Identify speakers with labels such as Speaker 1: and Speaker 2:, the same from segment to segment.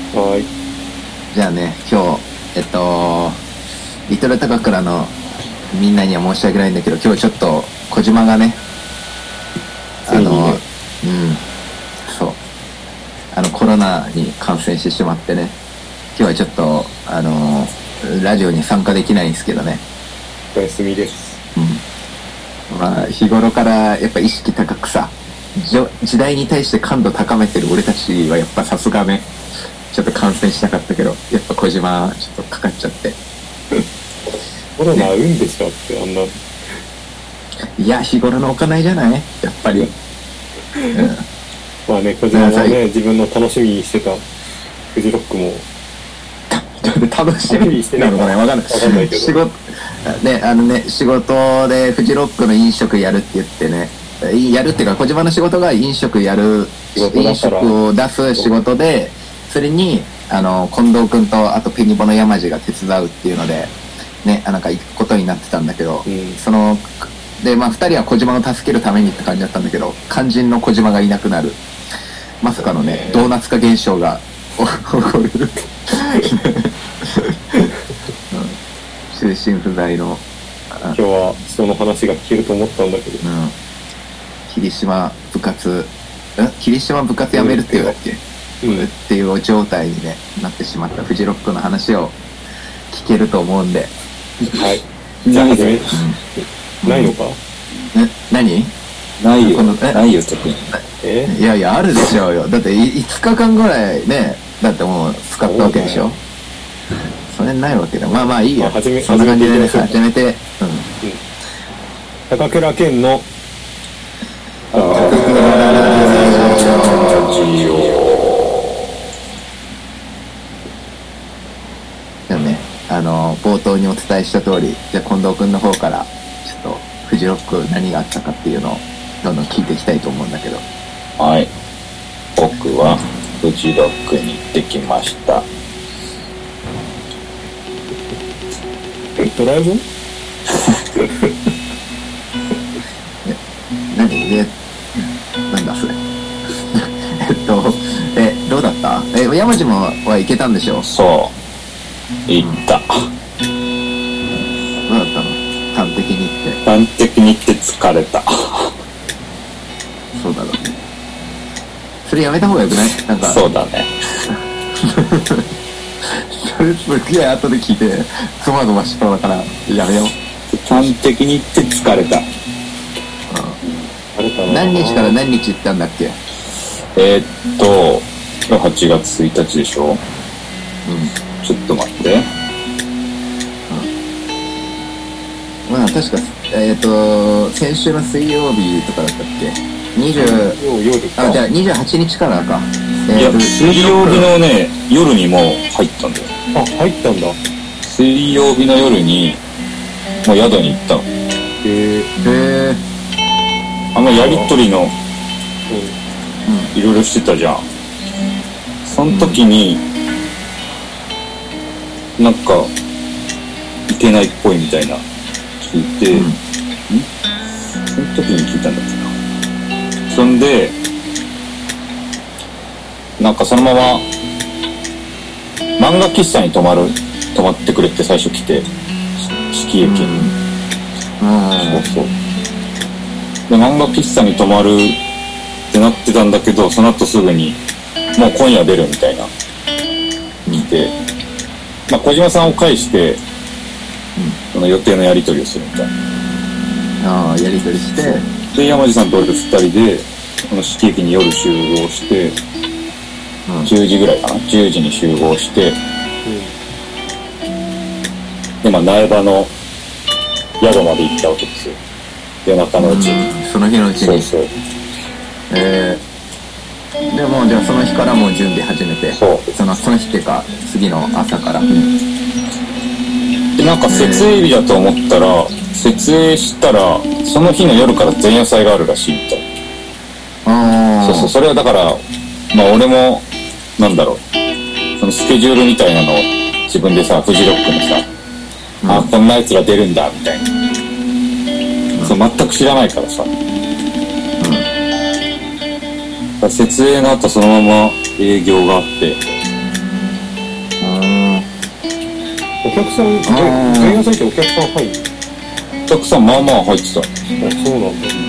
Speaker 1: はい。
Speaker 2: じゃあね、今日、リトル高倉のみんなには申し訳ないんだけど、今日ちょっと小島がね、そう、コロナに感染してしまってね、今日はちょっと、ラジオに参加できないんですけどね。
Speaker 1: お休みです。
Speaker 2: まあ、日頃からやっぱ意識高くさ、時代に対して感度高めてる俺たちはやっぱさすがね、ちょっと感染しなかったけど、やっぱ小島ちょっとかかっちゃって。
Speaker 1: コロナうんでしょってあんな。
Speaker 2: いや、日頃の行いじゃないやっぱり。
Speaker 1: まあね、小島もね、自分の楽しみにしてたフジロックも。
Speaker 2: 楽しみにしてたのかね、わかんないけど。仕事でフジロックの飲食やるって言ってね、やるっていうか小島の仕事が飲食を出す仕事で、それに近藤君とあとペニボの山路が手伝うっていうのでね、なんか行くことになってたんだけど、でまあ2人は小島を助けるためにって感じだったんだけど、肝心の小島がいなくなる、まさかのね、ドーナツ化現象が起こる中心不在の。
Speaker 1: 今日はその話が聞けると思ったんだけど、
Speaker 2: 霧島部活やめるっていうだっけ、っていう状態に、ね、なってしまったフジロックの話を聞けると思うんで、
Speaker 1: はい、じゃあ始め、ないのか、
Speaker 2: 何
Speaker 3: ないよ、ないよ特に。
Speaker 2: いやいやあるでしょうよ。だって5日間ぐらいね、だってもう使ったわけでしょ。それないわけだ。まあまあいいよ、そんな感じでね、始めて。
Speaker 1: 高倉健の
Speaker 2: でもね、冒頭にお伝えした通り、じゃあ近藤君の方からちょっとフジロック何があったかっていうのをどんどん聞いていきたいと思うんだけど。
Speaker 3: はい、僕はフジロックに行ってきました。
Speaker 1: ドライブ
Speaker 2: なんだそれどうだった？山路もは行けたんでしょ？
Speaker 3: そう、行った。
Speaker 2: どうだったの？端的に
Speaker 3: 行って疲れた。
Speaker 2: そうだろうね。それやめた方がよくない？なんか
Speaker 3: そうだね。
Speaker 2: それすげえ後で聞いてゾワゾワしそうだからやめよう。
Speaker 3: 端的に行って疲れた。
Speaker 2: 何日から何日行ったんだっけ？
Speaker 3: 今日8月1日でしょ。ちょっと待って。
Speaker 2: まあ確か先週の水曜日とかだったっけ？じゃあ28日からか。
Speaker 3: いや、水曜日のね、夜にも入ったんだよ。
Speaker 1: あ、入ったんだ。
Speaker 3: 水曜日の夜にもう宿に行ったの。やりとりのいろいろしてたじゃん。その時になんかいけないっぽいみたいな聞いて、その時に聞いたんだっけな。そんでなんかそのまま漫画喫茶に泊まってくれって最初来て、四季駅に。そうで漫画喫茶に泊まるってなってたんだけど、その後すぐにもう今夜出るみたいな見て、まあ小島さんを介してその予定のやり取りをするみたいな。
Speaker 2: やり取りして、
Speaker 3: で山地さんと俺と2人でこの四季駅に夜集合して、10時ぐらいかな、10時に集合して、でまあ苗場の宿まで行ったわけですよ、夜中のうちに。
Speaker 2: その日のうちに。
Speaker 3: そう
Speaker 2: でもじゃあその日からもう準備始めて、その日っていうか次の朝から、
Speaker 3: でなんか設営日だと思ったら、設営したらその日の夜から前夜祭があるらしいみたいな。そう、それはだからまあ俺もなんだろう、そのスケジュールみたいなのを自分でさ、フジロックのさ、こんなやつら出るんだみたいな、そう全く知らないからさ、設営の後そのまま営業があって、
Speaker 1: 客さん、前夜祭ってお客さん入る？
Speaker 3: お客さんまあまあ入ってた。
Speaker 1: あ、そうなんだ。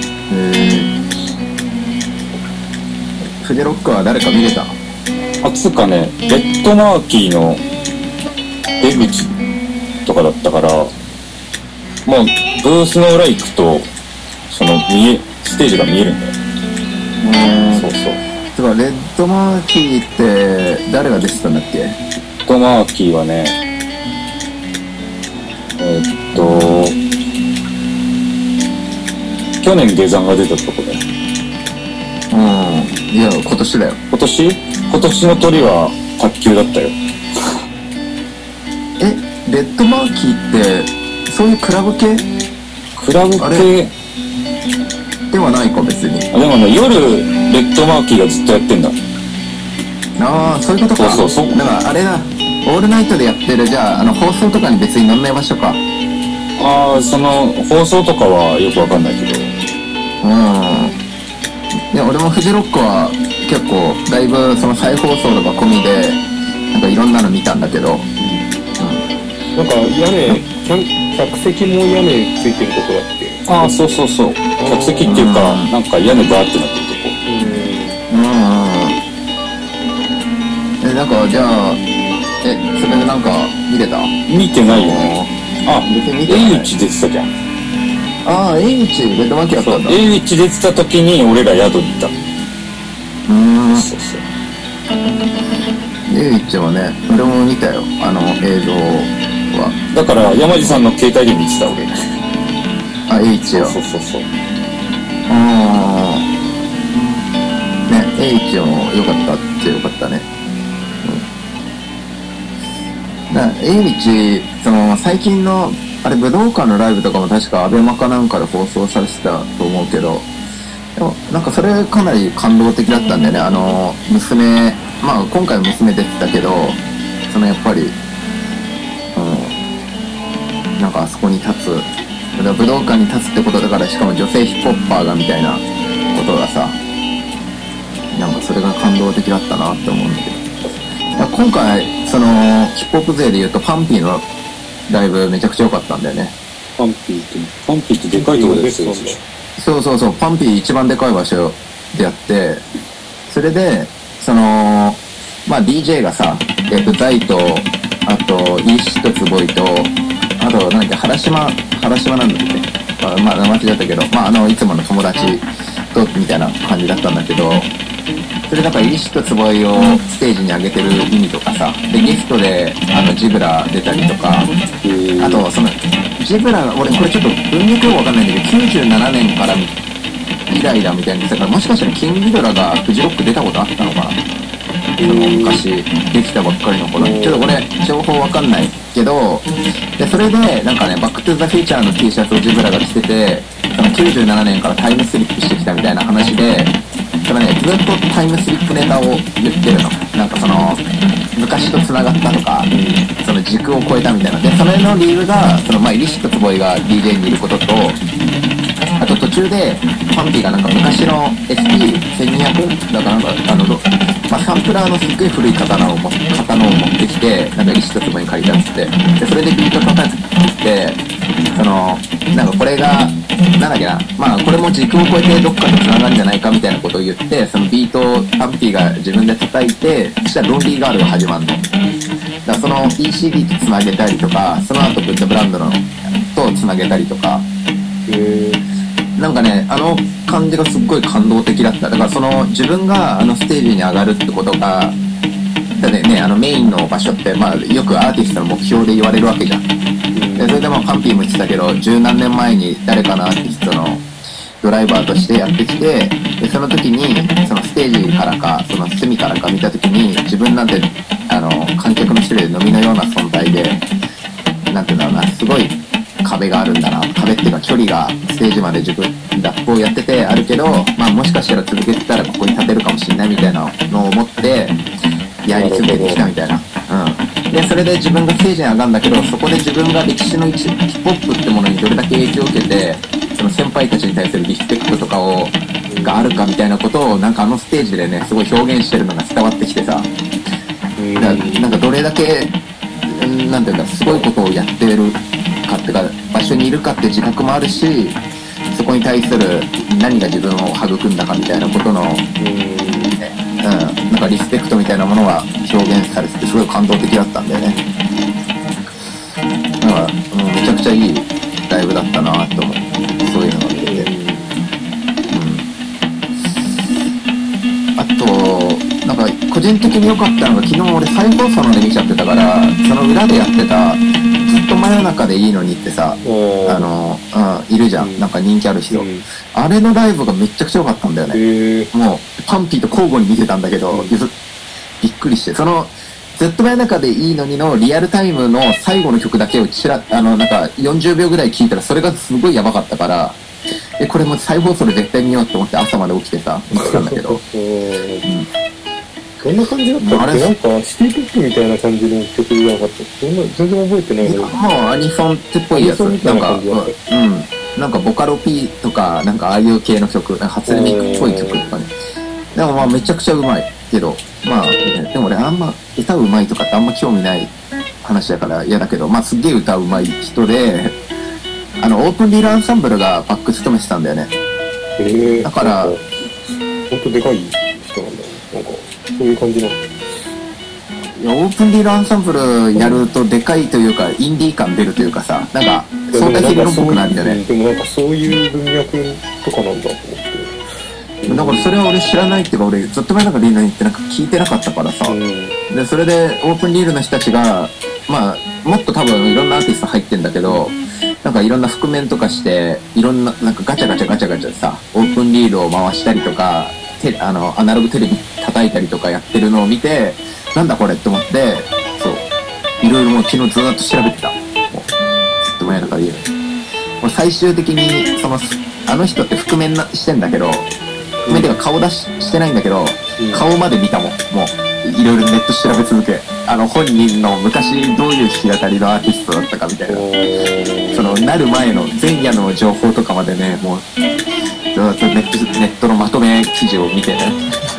Speaker 2: フジロックは誰か見れた？
Speaker 3: つうかね、レッドマーキーの出口とかだったから、もうブースの裏行くと、ステージが見えるんだよ。そうそう。
Speaker 2: てか、レッドマーキーって誰が出てたんだっけ？
Speaker 3: レッドマーキーはね、去年下山が出たとこだよ。
Speaker 2: いや、今年だよ。
Speaker 3: 今年の鳥は卓球だったよ。
Speaker 2: レッドマーキーってそういうクラブ系ではないか別に。
Speaker 3: でもね、夜レッドマーキーがずっとやってんだ。
Speaker 2: そういうことか。
Speaker 3: そう
Speaker 2: だからあれだ、オールナイトでやってる、じゃあ放送とかに別に乗んない場所か。
Speaker 3: その放送とかはよくわかんないけど。
Speaker 2: いや、俺もフジロックは結構だいぶその再放送とか込みでなんかいろんなの見たんだけど、
Speaker 1: なんか屋根、客席も屋根ついてるとこだっけ？
Speaker 3: そう。客席っていうか、なんか屋根バーってなってるとこ。
Speaker 2: なんかじゃあそれでなんか見れた？
Speaker 3: 見てないよね。
Speaker 2: 別に見てない。
Speaker 3: H 出てたじゃん。
Speaker 2: H レッドマーキーやったんだ。
Speaker 3: H 出てた時に俺ら宿にいた。そう。
Speaker 2: H はね、俺も見たよ、映像は。
Speaker 3: だから山地さんの携帯で見てた俺。
Speaker 2: H よ。
Speaker 3: そう。
Speaker 2: ね、H も良かったって良かったね。H、最近のあれ武道館のライブとかも確かアベマかなんかで放送されてたと思うけど、でもなんかそれかなり感動的だったんだよね。娘、今回娘出てたけど、やっぱりなんかあそこに立つ、武道館に立つってことだから、しかも女性ヒップホッパーがみたいなことがさ、なんかそれが感動的だったなって思うんだけど、今回ヒップホップ勢でいうとパンピーのライブめちゃくちゃ良かったんだよね。
Speaker 3: パンピーってでかいところですよ。
Speaker 2: そう、パンピー一番でかい場所でやって、それでDJ がさ、ザイと、あとイーシと坪井と、あとなんだっけ、原島なんだっけ、間違ったけど、いつもの友達とみたいな感じだったんだけど、それだからイーシと坪井をステージに上げてる意味とかさ、でゲストでジブラ出たりとか、あとジブラ、俺これちょっと文脈よくわかんないんだけど、97年から以来だみたいに言ってたから、もしかしたらキングギドラがフジロック出たことあったのかな。昔できたばっかりの頃、ちょっとこれ情報わかんないけど、でそれでなんかね、バックトゥザフューチャーの T シャツをジブラが着てて、97年からタイムスリップしてきたみたいな話で、ずっとタイムスリップネタを言ってるの。なんか昔と繋がったとか、時空を超えたみたいな。でそれの理由がイリシット坪井が DJ にいることと、あと途中でパンピーがなんか昔の SP1200 だからサンプラーのすっごい古い刀を持ってきて、なんかイリシット坪井に借りたっつって、でそれでビート叩いて、なんかこれがなんだっけな、これも時空を超えてどっかと繋がるんじゃないかみたいなことを言って、そのビートをパンピーが自分で叩いて、そしたらロンリーガールが始まるの。だから ECD と繋げたりとか、その後ブッダブランドのと繋げたりとか、なんかね、感じがすっごい感動的だった。だから自分がステージに上がるってことが、だね、メインの場所って、よくアーティストの目標で言われるわけじゃん。でそれでパンピーも言ってたけど、十何年前に誰かのアーティストのドライバーとしてやってきて、でその時にステージからか隅からか見た時に、自分なんて観客の一人で飲みのような存在で、なんていうんだろうな、すごい壁があるんだな、壁っていうか距離がステージまで自分ラップをやっててあるけど、もしかしたら続けてたらここに立てるかもしれないみたいなのを思ってやり続けてきたみたいな。でそれで自分がステージに上がるんだけど、そこで自分が歴史のヒップホップってものにどれだけ影響を受けて、先輩たちに対するリスペクトとかがあるかみたいなことを、なんかステージでね、すごい表現してるのが伝わってきてさ、なんかどれだけなんていうか、すごいことをやってるかっていうか、場所にいるかって自覚もあるし、そこに対する何が自分を育んだかみたいなことの、なんかリスペクトみたいなものが表現されてて、すごい感動的だったんだよね。だから、めちゃくちゃいいライブだったなと思う。そういうのが見てて。あと、なんか個人的に良かったのが、昨日俺再放送ので見ちゃってたから、その裏でやってた、ずっと真夜中でいいのにってさ、いるじゃん。なんか人気ある人。あれのライブがめっちゃくちゃ良かったんだよね。もう、パンピーと交互に見てたんだけど、びっくりして。その、ずっと真夜中でいいのにのリアルタイムの最後の曲だけをなんか40秒ぐらい聴いたらそれがすごいやばかったから、これも再放送で絶対見ようと思って朝まで起きてさ、見てたんだけど。
Speaker 1: どんな感じだったっけ？なんかシティポップみたいな感じの曲じゃなかった？全然覚えてないけど。
Speaker 2: もうアニソンってっぽいやつ。なんかボカロ P とか、なんかああいう系の曲、なんか初音ミクっぽい曲とかね。でもまあめちゃくちゃうまいけど、まあ、でも俺あんま歌うまいとかってあんま興味ない話だから嫌だけど、まあすっげえ歌うまい人で、オープンリールアンサンブルがバック務めてたんだよね。だから、
Speaker 1: ほんとでかい人なんだよ。なんか、そういう感じなの。
Speaker 2: いや、オープンリールアンサンブルやるとでかいというか、インディー感出るというかさ、なんか、相対的論っぽくなるんだよね。
Speaker 1: でもなんかそういう文脈とかなんだと思って。
Speaker 2: だからそれは俺知らないっていうか、俺ずっと前なんかリールに行ってなんか聞いてなかったからさ。で、それでオープンリールの人たちが、まあ、もっと多分いろんなアーティスト入ってんだけど、なんかいろんな覆面とかして、いろんな、なんかガチャガチャでさ、オープンリールを回したりとか、アナログテレビ叩いたりとかやってるのを見て、なんだこれって思って、そう、いろいろもう昨日ずーっと調べてた。もうずっと前だから言うの。もう最終的に、あの人って覆面してんだけど、覆面では顔出してないんだけど、顔まで見たもん。もう、いろいろネット調べ続け。本人の昔どういう弾き語りのアーティストだったかみたいな。なる前の前夜の情報とかまでね、もう、ずっとネットのまとめ記事を見てね。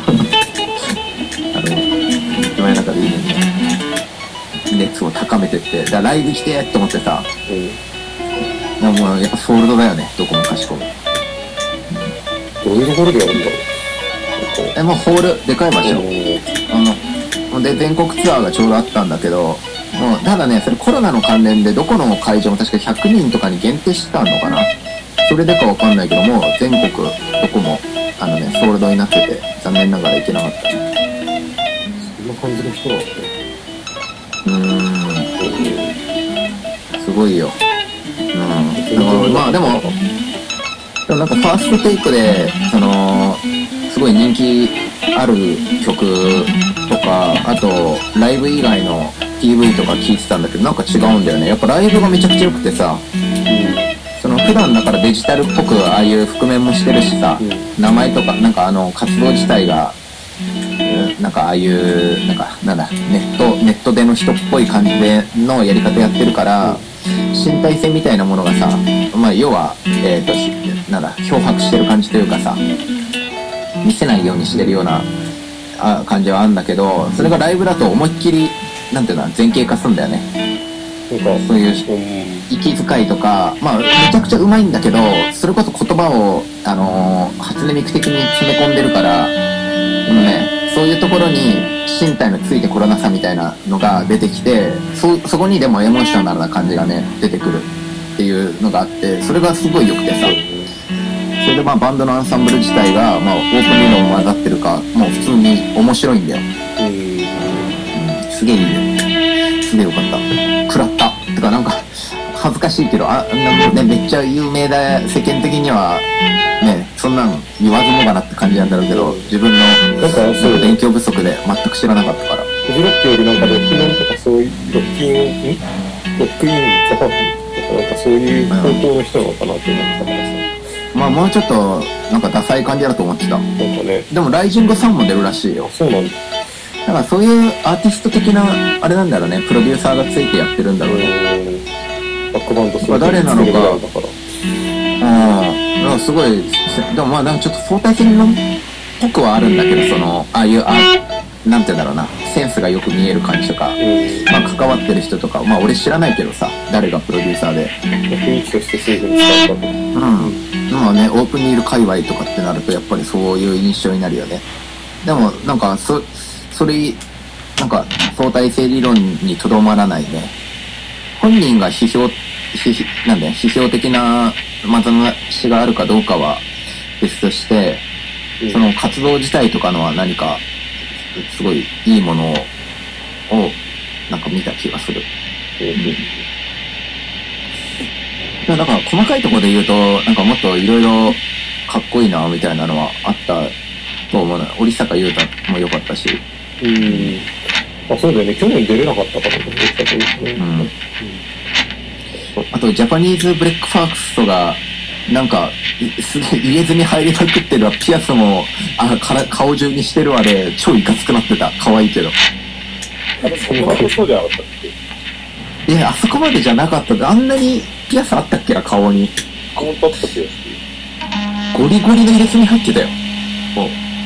Speaker 2: 前の中でいいのにね、熱を高めてって、だからライブ来てって思ってさ、もうやっぱソールドだよね、どこもかしこも。
Speaker 1: どういうところでやるんだろう。
Speaker 2: もうホール、でかい場所。で、全国ツアーがちょうどあったんだけど、もう、ただね、それコロナの関連でどこの会場も確か100人とかに限定してたのかな。それでかわかんないけども、全国どこも、ソールドになってて、残念ながら行けなかったね。
Speaker 1: そんな感じの人なんだね。
Speaker 2: すごいよ。だからまあでもなんかファーストテイクで、すごい人気ある曲とか、あと、ライブ以外の PV とか聞いてたんだけど、なんか違うんだよね。やっぱライブがめちゃくちゃ良くてさ、普段だからデジタルっぽくああいう覆面もしてるしさ、名前とか、なんか活動自体が、なんかああいう、なんか、なんだ、ネットでの人っぽい感じでのやり方やってるから、身体性みたいなものがさ、まあ要は、なんだ、漂白してる感じというかさ、見せないようにしてるような感じはあるんだけど、それがライブだと思いっきり、なんていうの、前傾化するんだよね。そういう息遣いとか、まあめちゃくちゃうまいんだけど、それこそ言葉を、初音ミク的に詰め込んでるから、そういうところに身体のついてこらなさみたいなのが出てきて、そこにでもエモーショナルな感じがね、出てくるっていうのがあって、それがすごい良くてさ、それでまあバンドのアンサンブル自体が、まあオープンリードも混ざってるか、もう普通に面白いんだよ。すげえいいね。すげえよかった。食らった。てかなんか、恥ずかしいけど、ね、めっちゃ有名で、世間的には、ね、そんなん言わずもがなって感じなんだろうけど、自分のなんか勉強不足で全く知らなかったから。
Speaker 1: フジロックよりなんかロックマンとかそういう、ロックインジャパンとかなんかそういう方向の人なのかなって思ってたからさ。
Speaker 2: まあもうちょっと、なんかダサい感じだと思ってた。
Speaker 1: なんかね。
Speaker 2: でもライジングさんも出るらしいよ。
Speaker 1: そうなんだ。
Speaker 2: だからそういうアーティスト的な、あれなんだろうね、プロデューサーがついてやってるんだろうね。
Speaker 1: バックバンド
Speaker 2: そう誰なのか。なんかすごい、でもまあなんかちょっと相対性のっぽくはあるんだけど、ああいうなんて言うんだろうな、センスがよく見える感じとか、まあ関わってる人とか、まあ俺知らないけどさ、誰がプロデューサーで。
Speaker 1: 雰囲気としてそういう風に伝わったと。
Speaker 2: まあね、オープンにいる界隈とかってなると、やっぱりそういう印象になるよね。でも、なんか、それ、なんか、相対性理論にとどまらないね。本人が批評的なまざましがあるかどうかは別として、その活動自体とかのは何か、すごいいいものを、なんか見た気がする。だから細かいところで言うと、なんかもっといろいろかっこいいな、みたいなのはあったと思うな。折坂優太も良かったし。
Speaker 1: あ、そうだよね。去年出れなかったからと思ったけどね。
Speaker 2: あと、ジャパニーズブレックファーストが、なんか、すげえ入れ墨入りまくってるわ。ピアスも、顔中にしてるわで、超いかつくなってた。可愛いけど。
Speaker 3: そんなそうじゃなかったっ
Speaker 2: け？あそこまでじゃなかった。あんなにピアスあったっけな、顔に。
Speaker 3: 顔とったピアス。
Speaker 2: ゴリゴリの入れ墨入ってたよ。でも、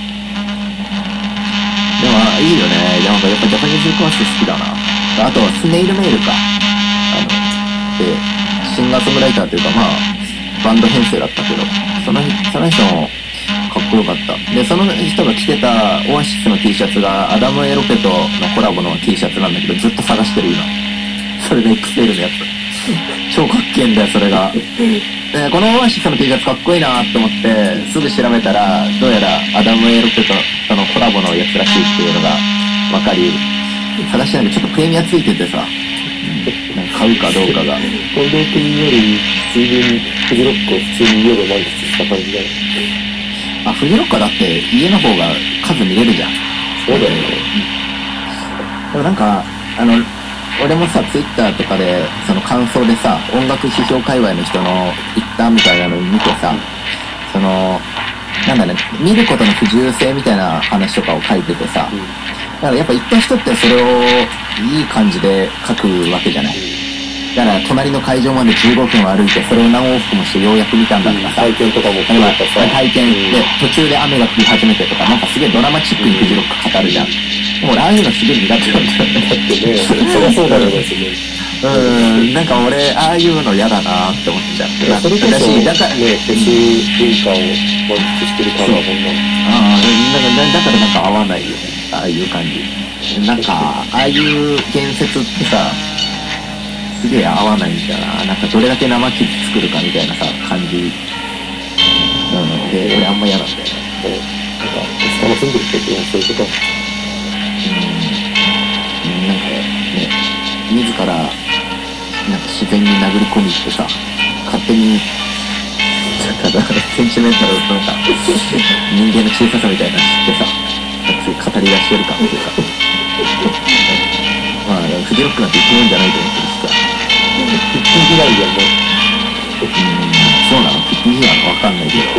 Speaker 2: いいよね。なんかやっぱジャパニーズブレックファースト好きだな。あとはスネイルメールか。で、シンガーソングライターというか、まあ、バンド編成だったけど、その人もかっこよかった。で、その人が着てたオアシスの T シャツがアダム・エロペとのコラボの T シャツなんだけど、ずっと探してる今。それで XL のやつ。超かっけえんだよ、それが。で、このオアシスの T シャツかっこいいなって思って、すぐ調べたら、どうやらアダム・エロペとのコラボのやつらしいっていうのが分かり、探してないけど、ちょっとプレミアついててさ、なんか買うかどうかが。
Speaker 1: 近藤君よりついでにフジロックを普通に夜満喫した感じだよ。
Speaker 2: あ、フジロックはだって家の方が数見れるじゃん。
Speaker 1: そうだよね。
Speaker 2: でもなんか、俺もさ、ツイッターとかで、その感想でさ、音楽批評界隈の人の一端みたいなのを見てさ、なんだね、見ることの不自由性みたいな話とかを書いててさ、だからやっぱ行った人ってそれをいい感じで書くわけじゃない。だから隣の会場まで15分歩いてそれを何往復もしてようやく見たんだとかさ、
Speaker 1: 体験とかも
Speaker 2: 体験で途中で雨が降り始めてとか、なんかすげえドラマチックにフジロック語るじゃん。でも俺ああいうのすげえ苦手なんだよね。
Speaker 1: だってね、そりゃそうだよね。
Speaker 2: なんか俺ああいうの嫌だなって思っちゃう。
Speaker 1: それこそね、フェス文化を満喫してるからもんなの。
Speaker 2: だからなんか合わないよね、ああいう感じ。なんかああいう建設ってさ、すげえ合わないんだな。なんかどれだけ生傷作るかみたいなさ感じ。で俺あんま嫌なんだよね。
Speaker 1: なんか楽しんでる人ってそういうこと。
Speaker 2: なんかね、自らなんか自然に殴り込みってさ、勝手にセンチメンタルとなんか人間の小ささみたいなの知ってさ、語り出してる感っていうか。まあフジロックなんて生き物じゃないと思ってるしさ。
Speaker 1: ピッピぐらいだよね。
Speaker 2: そうなの？ピッピなの？わかんないけど。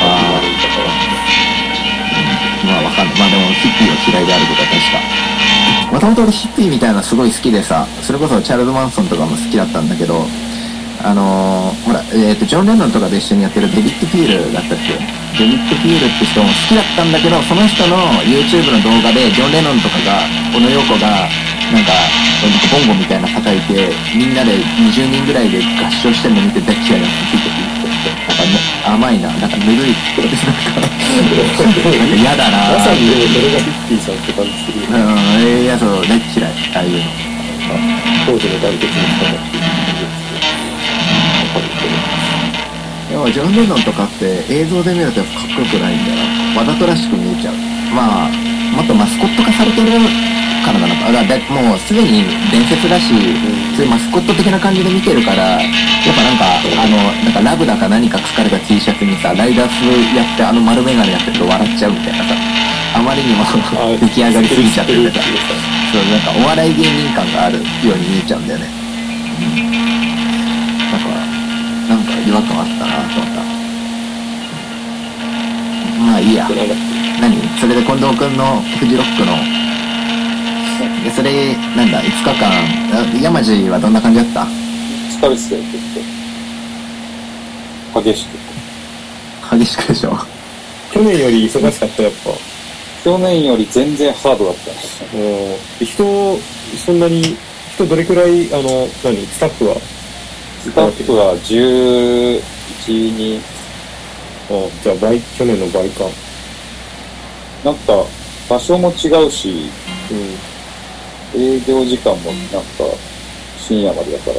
Speaker 2: まあわかんない。まあでもヒッピーは嫌いであることは確か。もともと俺ヒッピーみたいなのすごい好きでさ、それこそチャールズ・マンソンとかも好きだったんだけど、ほら、ジョン・レノンとかで一緒にやってるデビッド・ピールだったっけ？デビッド・ピールって人も好きだったんだけど、その人の YouTube の動画でジョン・レノンとかが、小野洋子がなんかボンゴみたいな叩いて、みんなで20人ぐらいで合唱してるの見て大嫌いなって聞いてて、なんか甘いな、なんかぬるいってなんか嫌だな。
Speaker 1: まさにでもそれがヒッピーさんって感じする。
Speaker 2: いや、そう大嫌い、ああいうの。
Speaker 1: 当時の団結の人だっていう
Speaker 2: でもジョン・レノンとかって映像で見るとやっぱかっこよくないんだよな。わざとらしく見えちゃう。まあもっとマスコット化されてるからなのか。もうすでに伝説だし、そういうマスコット的な感じで見てるから、やっぱなんかラブだか何か書かれた T シャツにさ、ライダースやって丸眼鏡やってると笑っちゃうみたいなさ、あまりにも出来上がりすぎちゃってるから、そうなんかお笑い芸人感があるように見えちゃうんだよね。なんか違和感あったなと思った。まあいいや。何？それで近藤くんのフジロックのそれなんだ、5日間山地はどんな感じだった？
Speaker 3: 疲れてたよ、結構激しく
Speaker 2: でしょ。
Speaker 1: 去年より忙しかった、やっぱ。
Speaker 3: 去年より全然ハードだった
Speaker 1: ね。そんなに、人どれくらい、スタッフは
Speaker 3: 11、2。
Speaker 1: じゃあ去年の倍か。
Speaker 3: なんか、場所も違うし、営業時間もなんか、深夜までだから。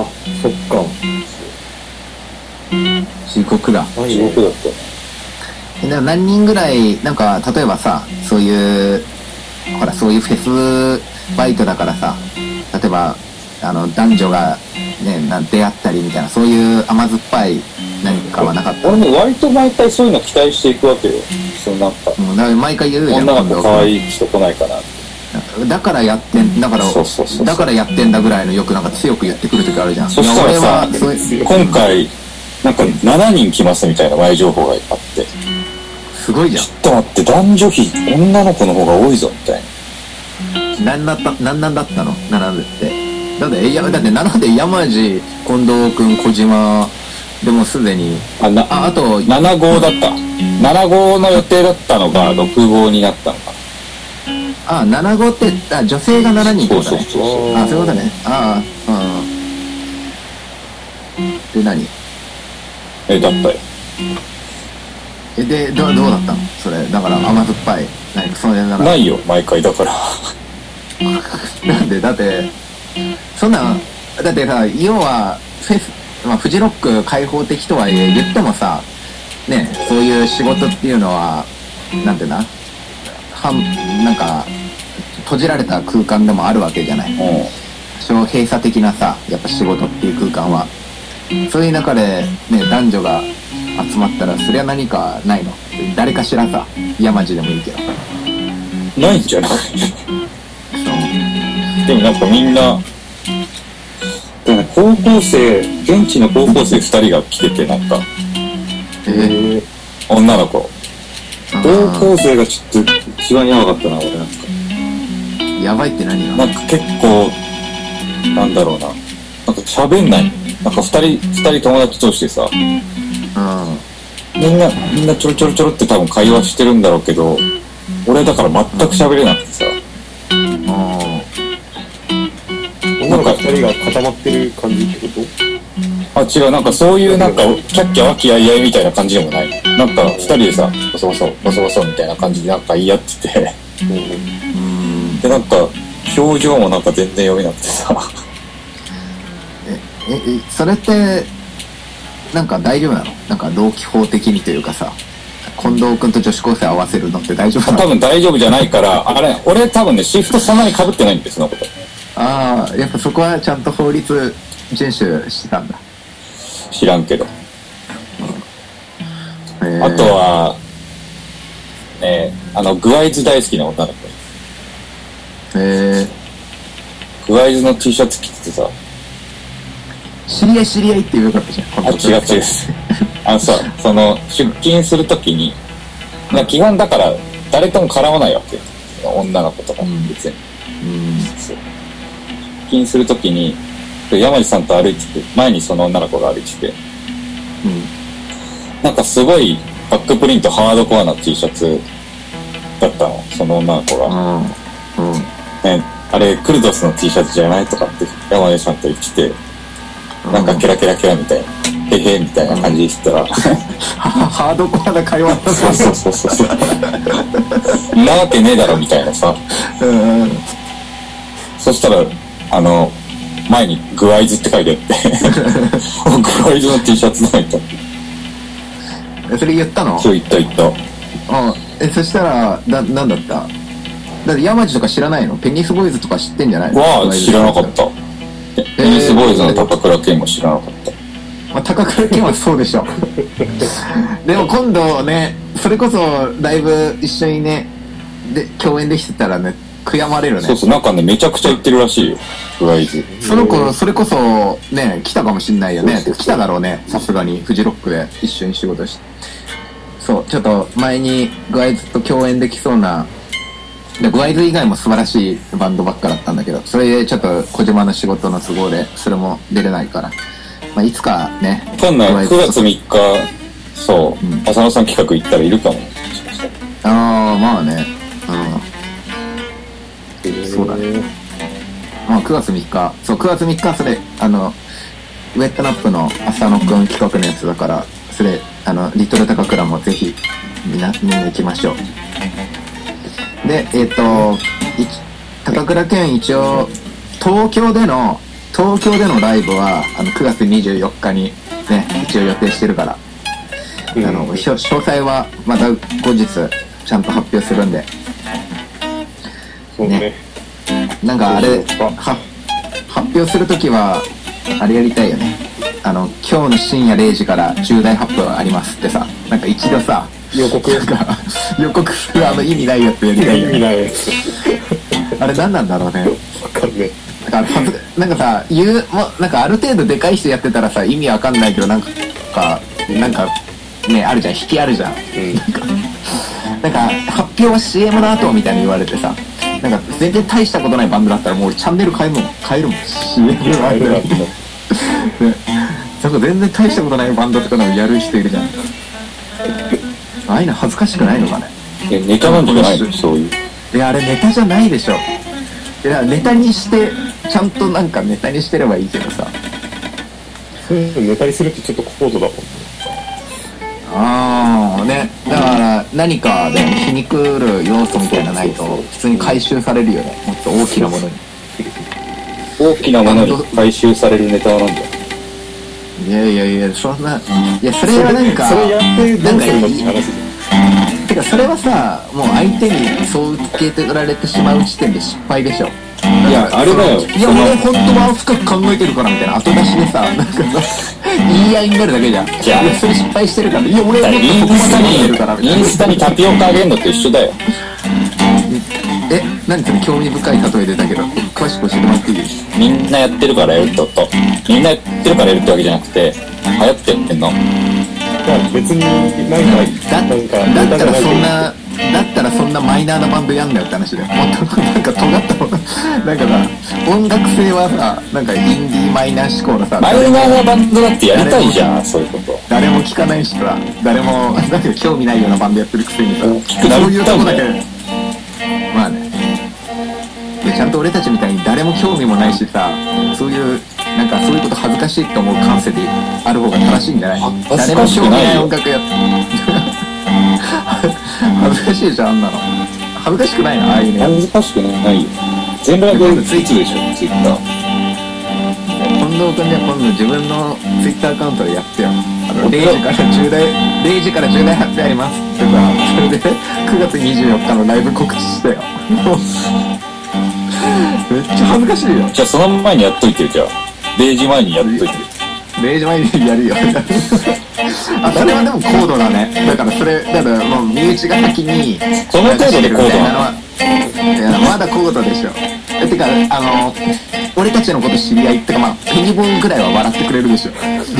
Speaker 1: あ、そっか。
Speaker 2: 地獄だ。
Speaker 3: 地獄だったね。
Speaker 2: 何人ぐらい、なんか、例えばさ、そういうフェスバイトだからさ、例えば、男女がね、出会ったりみたいな、そういう甘酸っぱい何かはなかった？
Speaker 3: 俺も割と毎回そういうの期待していくわけよ。なんか。
Speaker 2: だから毎回言うじゃん。
Speaker 3: 女の子可愛い人来ないかなって。
Speaker 2: だからやってんだからやってんだぐらいのよくなんか強く言ってくる時あるじゃん。
Speaker 3: そしたらさ、今回、なんか7人来ますみたいな前情報があって。
Speaker 2: すごいじゃん。
Speaker 3: ちょっと待って、男女比、女の子の方が多いぞ、みたい
Speaker 2: な。何なんだったの ?7 でって。だって7で山地、近藤くん、小島、でもすでに。あと、
Speaker 3: 7号だった。7号の予定だったのが6号になったのかな。
Speaker 2: 7号って、女性が7人ってことね。
Speaker 3: そう
Speaker 2: いうことね。で、何？
Speaker 3: だったよ。
Speaker 2: で、どうだったのそれ。だから甘酸っぱい。
Speaker 3: ないよ、毎回だから。
Speaker 2: なんで、だって、そんな、だってさ、要は、フジロック開放的とはいえ、言ってもさ、ね、そういう仕事っていうのは、なんていうなんか、閉じられた空間でもあるわけじゃない。閉鎖的なさ、やっぱ仕事っていう空間は。そういう中で、ね、男女が集まったら、そりゃ何かないの？誰かしらさ、山地でもいいけど。
Speaker 3: ないんじゃない？でもなんかみんな、でも高校生、現地の高校生2人が来てて、なんか、女の子。高校生がちょっと一番やばかったな、俺なんか。
Speaker 2: やばいって何が？
Speaker 3: なんか結構、なんだろうな。なんか喋んない。なんか二人友達としてさ、みんなちょろって多分会話してるんだろうけど、俺だから全く喋れなくてさ。
Speaker 1: 女の子2人が固まってる感じってこと？
Speaker 3: 違う、なんかそういうなんかキャッキャ和気あいあいみたいな感じでもない。なんか2人でさ、ボソボソみたいな感じでなんか言い合っててで、なんか表情もなんか全然読めなくてさ
Speaker 2: それってなんか大丈夫なの？なんか同期法的にというかさ、近藤君と女子高生合わせるのって大丈夫なの？
Speaker 3: 多分大丈夫じゃないから、俺多分ね、シフトそんなに被ってないんです、そのこと。
Speaker 2: やっぱそこはちゃんと法律遵守してたんだ。
Speaker 3: 知らんけど。あとは、グワイズ大好きな女の子。グワイズの T シャツ着ててさ、
Speaker 2: 知り合いって言うよかったじゃん。
Speaker 3: 違うですさ、その出勤するときに基本だから誰とも絡まないわけ、女の子とか別に、出勤するときに山地さんと歩いてて、前にその女の子が歩いてて、なんかすごいバックプリントハードコアな T シャツだったの、その女の子が。あれクルドスの T シャツじゃないとかって山地さんと言ってて、なんかキラキラキラみたいな、へへみたいな感じで言ったら
Speaker 2: ハードコアな会話だった。
Speaker 3: そうなわけねえだろみたいなさ、そしたら前にグワイズって書いてあってグワイズの T シャツないと。
Speaker 2: それ言ったの？
Speaker 3: そう言った。
Speaker 2: そしたらなんだった？だって山地とか知らないの？ペニスボーイズとか知ってんじゃないの？
Speaker 3: 知らなかった。ペニスボーイズの高倉健も知らなかった。
Speaker 2: 高倉健はそうでしょでも今度ね、それこそライブ一緒にねで共演できてたらね、悔やまれるね。
Speaker 3: そうなんかね、めちゃくちゃ言ってるらしいよ、グワイズ。
Speaker 2: その子それこそね来たかもしんないよね。来ただろうね、さすがにフジロックで一緒に仕事して。そうちょっと前にグワイズと共演できそうな、グワイズ以外も素晴らしいバンドばっかだったんだけど、それでちょっと小島の仕事の都合でそれも出れないから、いつかね、
Speaker 3: 今度9月3日そう、浅野さん企画行ったらいるかも。
Speaker 2: まあね、そうだね。まあ9月3日、そう、9月3日はそれ、ウェットナップの浅野くん企画のやつだから、それ、リトル高倉もぜひ、見に行きましょう。で、高倉健一応、東京でのライブは、9月24日にね、一応予定してるから、詳細はまた後日、ちゃんと発表するんで。
Speaker 1: そうね。
Speaker 2: なんかあれ、発表するときは、あれやりたいよね。今日の深夜0時から重大発表ありますってさ、なんか一度さ、
Speaker 1: 予告する
Speaker 2: 意味ないやつやりたいよね。
Speaker 1: 意味ないやつ。
Speaker 2: あれ何なんだろうね。
Speaker 1: わかんね
Speaker 2: だからなんかさ、なんかある程度でかい人やってたらさ、意味わかんないけど、なんかね、あるじゃん、引きあるじゃん。なんか発表は CM の後みたいに言われてさ、なんか全然大したことないバンドだったらもうチャンネル変えるもん CM の間になんか全然大したことないバンドとかのやる人いるじゃん。ああいうの恥ずかしくないのかね。
Speaker 3: ネタなんじゃないの？そういう。
Speaker 2: いや、あれネタじゃないでしょ。いや、ネタにしてちゃんとなんかネタにしてればいいけどさ。
Speaker 1: ネタにするってちょっと高度だもんね。
Speaker 2: ああね、だから何かで皮肉る要素みたいなないと普通に回収されるよね。もっと大きなものに。
Speaker 3: 大きなものに回収されるネタなんだ。
Speaker 2: いやそんな、いやそれはなんか
Speaker 1: それやってどうするのって話じゃん。
Speaker 2: てかそれはさ、もう相手にそう受け取られてしまう時点で失敗でしょ。
Speaker 3: いや、あれだよ。
Speaker 2: いや、俺本当は深く考えてるからみたいな後出しでさ、なんかさ、言い合いになるだけじゃん。いや、それ失敗してるから。いや、俺はもっとそこまで考えてるからみたいな。
Speaker 3: インスタにタピオカあげんのと一緒だよ。
Speaker 2: 何それ興味深い例え出たけど、詳しく教えてもらっていい？
Speaker 3: みんなやってるからやるってこと。みんなやってるからやるってわけじゃなくて、流行ってんの。
Speaker 1: いや、別になんか
Speaker 2: だったらそんなマイナーなバンドやんなよって話だよ。もっとなんか尖ったもの、なんかさ、音楽性はさ、なんかインディーマイナー志向のさ、
Speaker 3: マイナーなバンドだってやりたいじゃん、そういうこと。
Speaker 2: 誰も聞かないしさ、誰もなんか興味ないようなバンドやってるくせにさ、そういうとこだけ、まあね。でちゃんと俺たちみたいに誰も興味もないしさ、そういうなんかそういうこと恥ずかしいと思う感性である方が正しいんじゃない？誰も興味ない音楽やって恥ずかしいじゃん、あんなの。恥ずかしくないな、ああいうの。
Speaker 3: 恥ずかしくないよ。全裸でツイートでしょ、ツイッター。
Speaker 2: 近藤君には今度自分のツイッターアカウントでやってよ。0時から重大発表ありますってさ、それで9月24日のライブ告知してよ。めっちゃ恥ずかしいよ。
Speaker 3: じゃあその前にやっといてよ、じゃあ。0時前にやっといてよ。
Speaker 2: 0時前にやるよ。あ、それはでも高度だね。だからもう身内が先に
Speaker 3: その程度で高度なのは。
Speaker 2: いや、まだ高度でしょ。てか俺たちのこと知り合いってか、まあペニボンぐらいは笑ってくれるでしょ。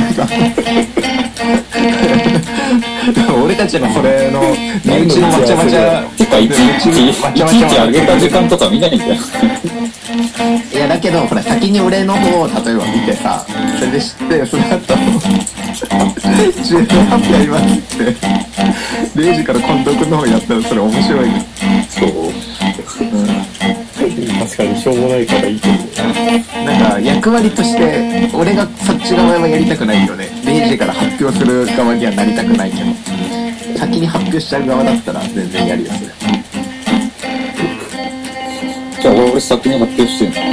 Speaker 2: 俺たちのそれの身内のわちゃわちゃ
Speaker 3: てかいちいち上げた時間とか見ないんだよ。
Speaker 2: いやだけどほら、先に俺の方を例えば見てさ、それで知って、その後重大発表やりますって0時から近藤君の方やったらそれ面白いよ。
Speaker 1: そう、確かにしょうもないからいいと思う。
Speaker 2: なんか役割として俺がそっち側はやりたくないよね。0時から発表する側にはなりたくないけど、先に発表しちゃう側だったら全然やるよ、それ。
Speaker 3: じゃあ俺先に発表してんの。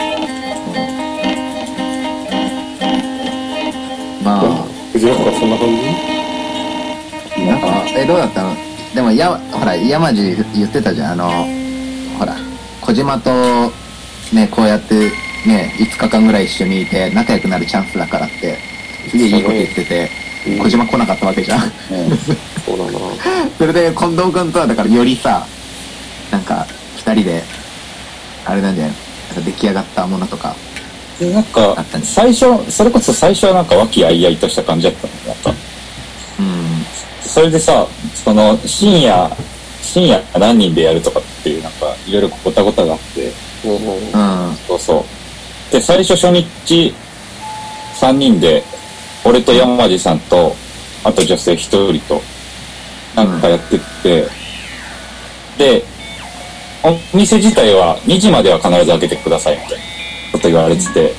Speaker 2: まあ
Speaker 1: 藤原とかそんな感じ？
Speaker 2: なんかどうだったの？でもほら山地言ってたじゃん、ほら小島とねこうやってね5日間ぐらい一緒にいて仲良くなるチャンスだからってすげえいいこと言ってて、小島来なかったわけじゃん。
Speaker 1: そうだな。
Speaker 2: それで近藤君とはだからよりさ、なんか2人であれなんじゃない、なんか出来上がったものとか
Speaker 3: なんか最初それこそ最初はなんか和気あいあいとした感じだったの。なんかそれでさ、その深夜何人でやるとかっていうなんかいろいろごたごたがあって、そうそうで最初初日3人で俺と山地さんとあと女性1人となんかやってって、 で、お店自体は2時までは必ず開けてくださいみたいなこと言われてて、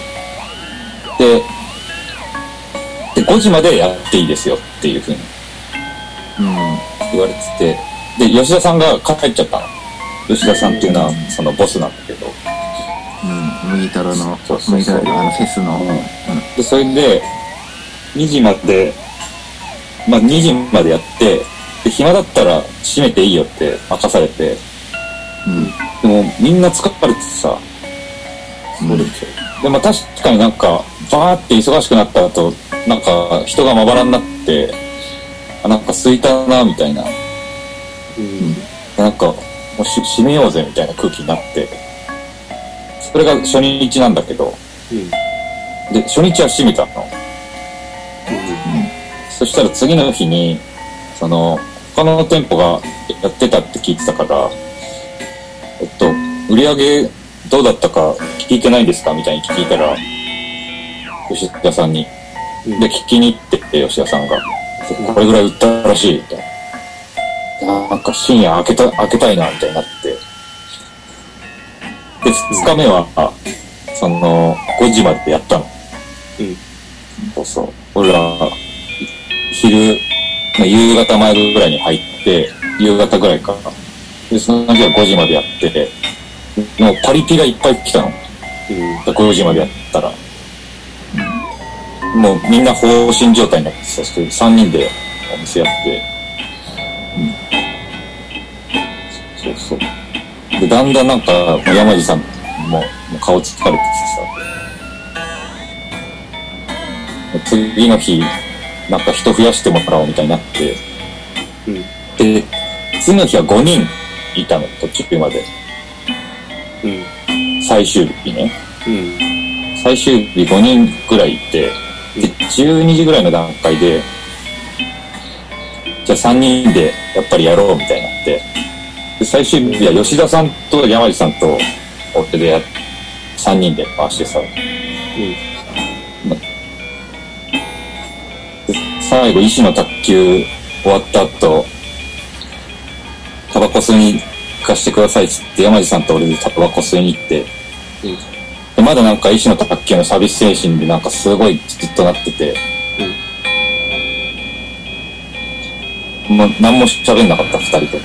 Speaker 3: で5時までやっていいですよっていうふうに言われてて、で吉田さんが帰っちゃったの。吉田さんっていうのはそのボスなんだけど、
Speaker 2: 麦太郎の麦太郎のフェスの、
Speaker 3: でそれで2時まで2時までやって、で暇だったら閉めていいよって任されて、でもみんな疲れてさ、で確かになんかバーって忙しくなった後、なんか人がまばらになって、なんか空いたなみたいな、なんかもう閉めようぜみたいな空気になって、それが初日なんだけど、で初日は閉めたの。そしたら次の日にその他の店舗がやってたって聞いてたから、売り上げどうだったか聞いてないですかみたいに聞いたら、吉田さんに、で聞きに行ってて、吉田さんがこれぐらい売ったらしいみたいな、なんか深夜開けたいなみたいになって、で2日目はその5時までやったの。そう俺ら夕方前ぐらいに入って、夕方ぐらいかでその日は5時までやって、もうパリピがいっぱい来たの。5時までやったら、もうみんな放心状態になってさ、3人でお店やって、そうでだんだんなんかもう山地さんも顔疲れてきてさ、次の日なんか人増やしてもらおうみたいになって、で次の日は5人いたの、途中まで。最終日ね。最終日5人ぐらいいて、で12時ぐらいの段階で、じゃあ3人でやっぱりやろうみたいになって、で最終日は吉田さんと山地さんと俺で3人で回してさ、で最後医師の卓球終わった後、タバコ吸いに行かしてくださいっつって山地さんと俺でタバコ吸いに行って、でまだなんか医師の卓球のサービス精神でなんかすごいずっとなってて、もう何も喋んなかった2人と。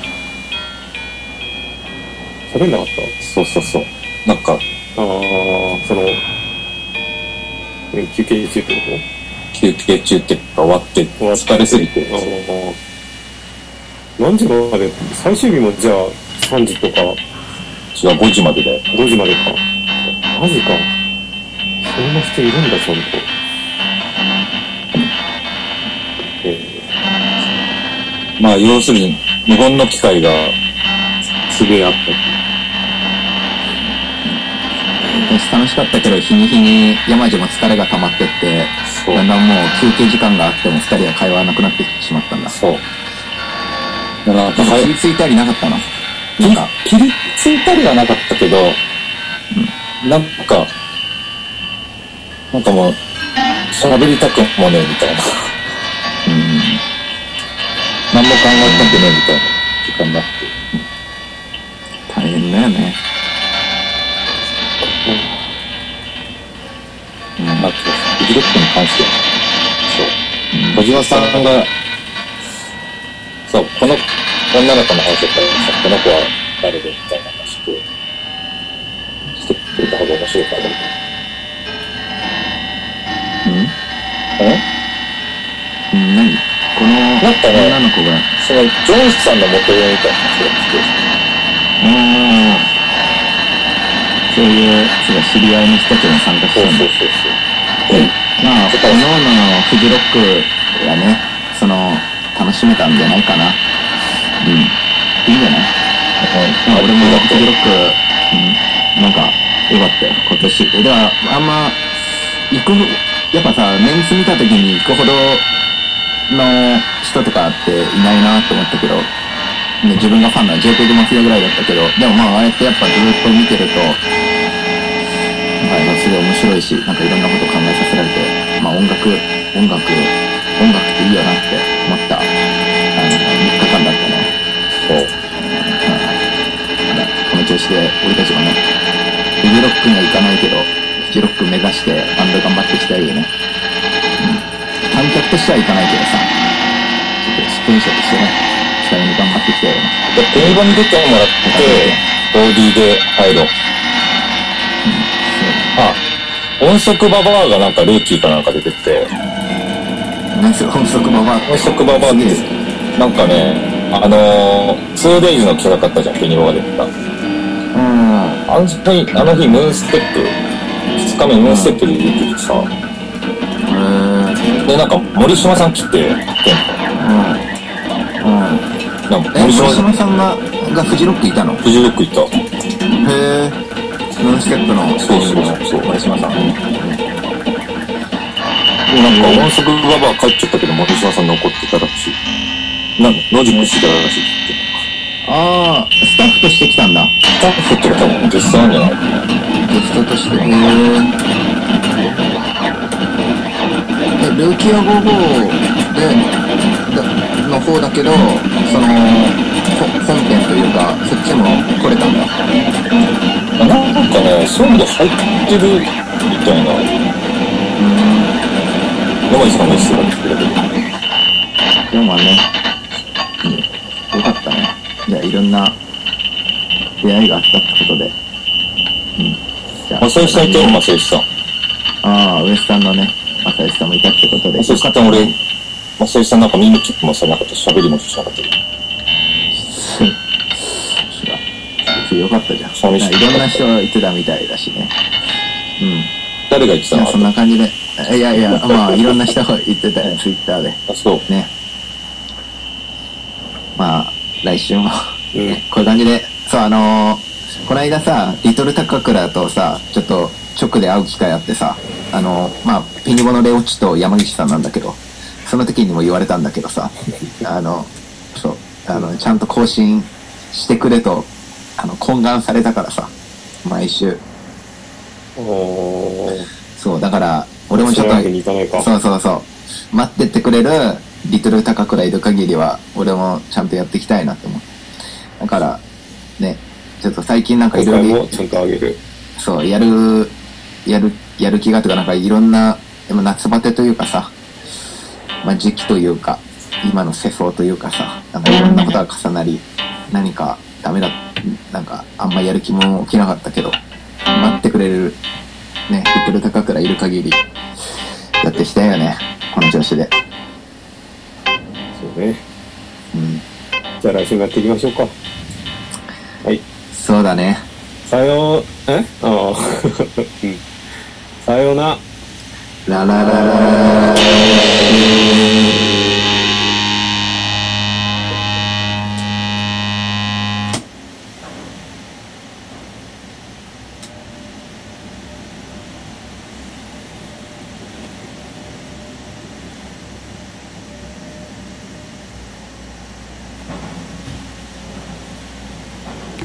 Speaker 1: 喋んなかった？
Speaker 3: そうなんか
Speaker 1: その休憩中ってこ
Speaker 3: と？休憩中ってか終わって疲れすぎて。
Speaker 1: 何時まで？最終日もじゃあ3時とか？
Speaker 3: 違う、5時までだよ。
Speaker 1: 5時までか。マジか。そんな人いるんだ、ちゃんと。
Speaker 3: まあ要するに無言の機会がすげえあった。
Speaker 2: 私楽しかったけど、日に日に山地も疲れが溜まってって、だんだんもう休憩時間があっても2人は会話なくなってしまったんだ。
Speaker 3: そう。
Speaker 2: なんかピリついたりなかったの？
Speaker 3: ピリついたりはなかったけど、なんかもう喋りたくもねえみたいな。何も考えたくねえみたいな時間になって。
Speaker 2: 大変だよね。
Speaker 3: あと、フジロックに関しては、そう。小島さんが、そう、この女の子の話だったらさ、この子は誰でみたいな話してくれた方が面白いかなと思って。
Speaker 2: 何？この
Speaker 3: なんかね、
Speaker 2: 女の子が
Speaker 3: そのジョンスさんの元上みたいな人が来て、
Speaker 2: そういう知り合いの人たちも参加してるんだ。まあ各々のフジロックがね、楽しめたんじゃないかな。いいんじゃない？俺もフジロック、なんか良かったよ今年。ではあんまやっぱさ、メンツ見た時に行くほどの人とかっていないなと思ったけど、自分がファンな JPEG マフィアぐらいだったけど、でもまあああやってやっぱずっと見てると、すごい面白いし、なんかいろんなこと考えさせられて、まあ音楽っていいよなって思った3日間だったね。
Speaker 3: そう。
Speaker 2: して、俺たちはね、フジロックには行かないけど、フジロック目指してバンド頑張っていきたいよね。観客としては行かないけどさ、ちょっと出演者としてね、期待に頑張っていきたいよね。
Speaker 3: ペニバに出てもらって、4D で入ろう。音速ババアがなんかルーキーかなんか出てて。
Speaker 2: 何それ、音速ババアって。
Speaker 3: 音速ババアって、なんかね、2days の企画あったじゃん、ペニバが出てた。あの日、ムーンステップ、2日目ムーンステップで出ててさ。で、なんか森島さん来て、
Speaker 2: なんか森島さんがフジロックいたの？
Speaker 3: フジロックいた。
Speaker 2: へぇ。ムーンステップのステージの森島さん。
Speaker 3: なんか音速ババア帰っちゃったけど森島さん残ってたらしい。野宿してたらしいって。
Speaker 2: スタッフとして来たんだ。
Speaker 3: スタッフって多分ゲストなんじゃない？
Speaker 2: ゲストとして。ルーキア55の方だけど、その本編というかそっちも来れたんだ。
Speaker 3: なんかね、そういうので入ってるみたいな。山井さんが言ってたんですけど。
Speaker 2: でもね、よかったね。じゃあいろんな出会いがあったってことで。
Speaker 3: 正義さんいたよ、正義さん。
Speaker 2: ウエスタンのね、正義さんもいたってことで。
Speaker 3: 正義さん俺、正義さんなんか見向きもされなかったし、喋りもしなかったけど。
Speaker 2: よかったじゃん。いろんな人が言ってたみたいだしね。
Speaker 3: 誰が言ってたの？
Speaker 2: そんな感じで。いや、まあ、いろんな人が言ってたよ、ツイッターで。
Speaker 3: そう
Speaker 2: ね。まあ、来週も、こういう感じで、そう、この間さ、リトル高倉とさ、ちょっと直で会う機会あってさ、まあ、ペニボのレオチと山岸さんなんだけど、その時にも言われたんだけどさ、そう、ちゃんと更新してくれと、懇願されたからさ、毎週。そう、だから、俺もちょっと、そう、待ってってくれるリトル高倉いる限りは、俺もちゃんとやっていきたいなって思う。だから、ね、ちょっと最近なんかいろいろ、
Speaker 1: ちゃんとあげる。
Speaker 2: そう、やる気がとか、なんかいろんな、でも夏バテというかさ、まあ時期というか、今の世相というかさ、なんかいろんなことが重なり、何かダメだ、なんかあんまやる気も起きなかったけど、待ってくれる、ね、リトル高倉いる限り、やっていきたいよね、この調子で。
Speaker 1: そうね。じゃあ来週もやっていきましょうか。はい。
Speaker 2: そうだね。
Speaker 1: さよなら。
Speaker 2: ララララー。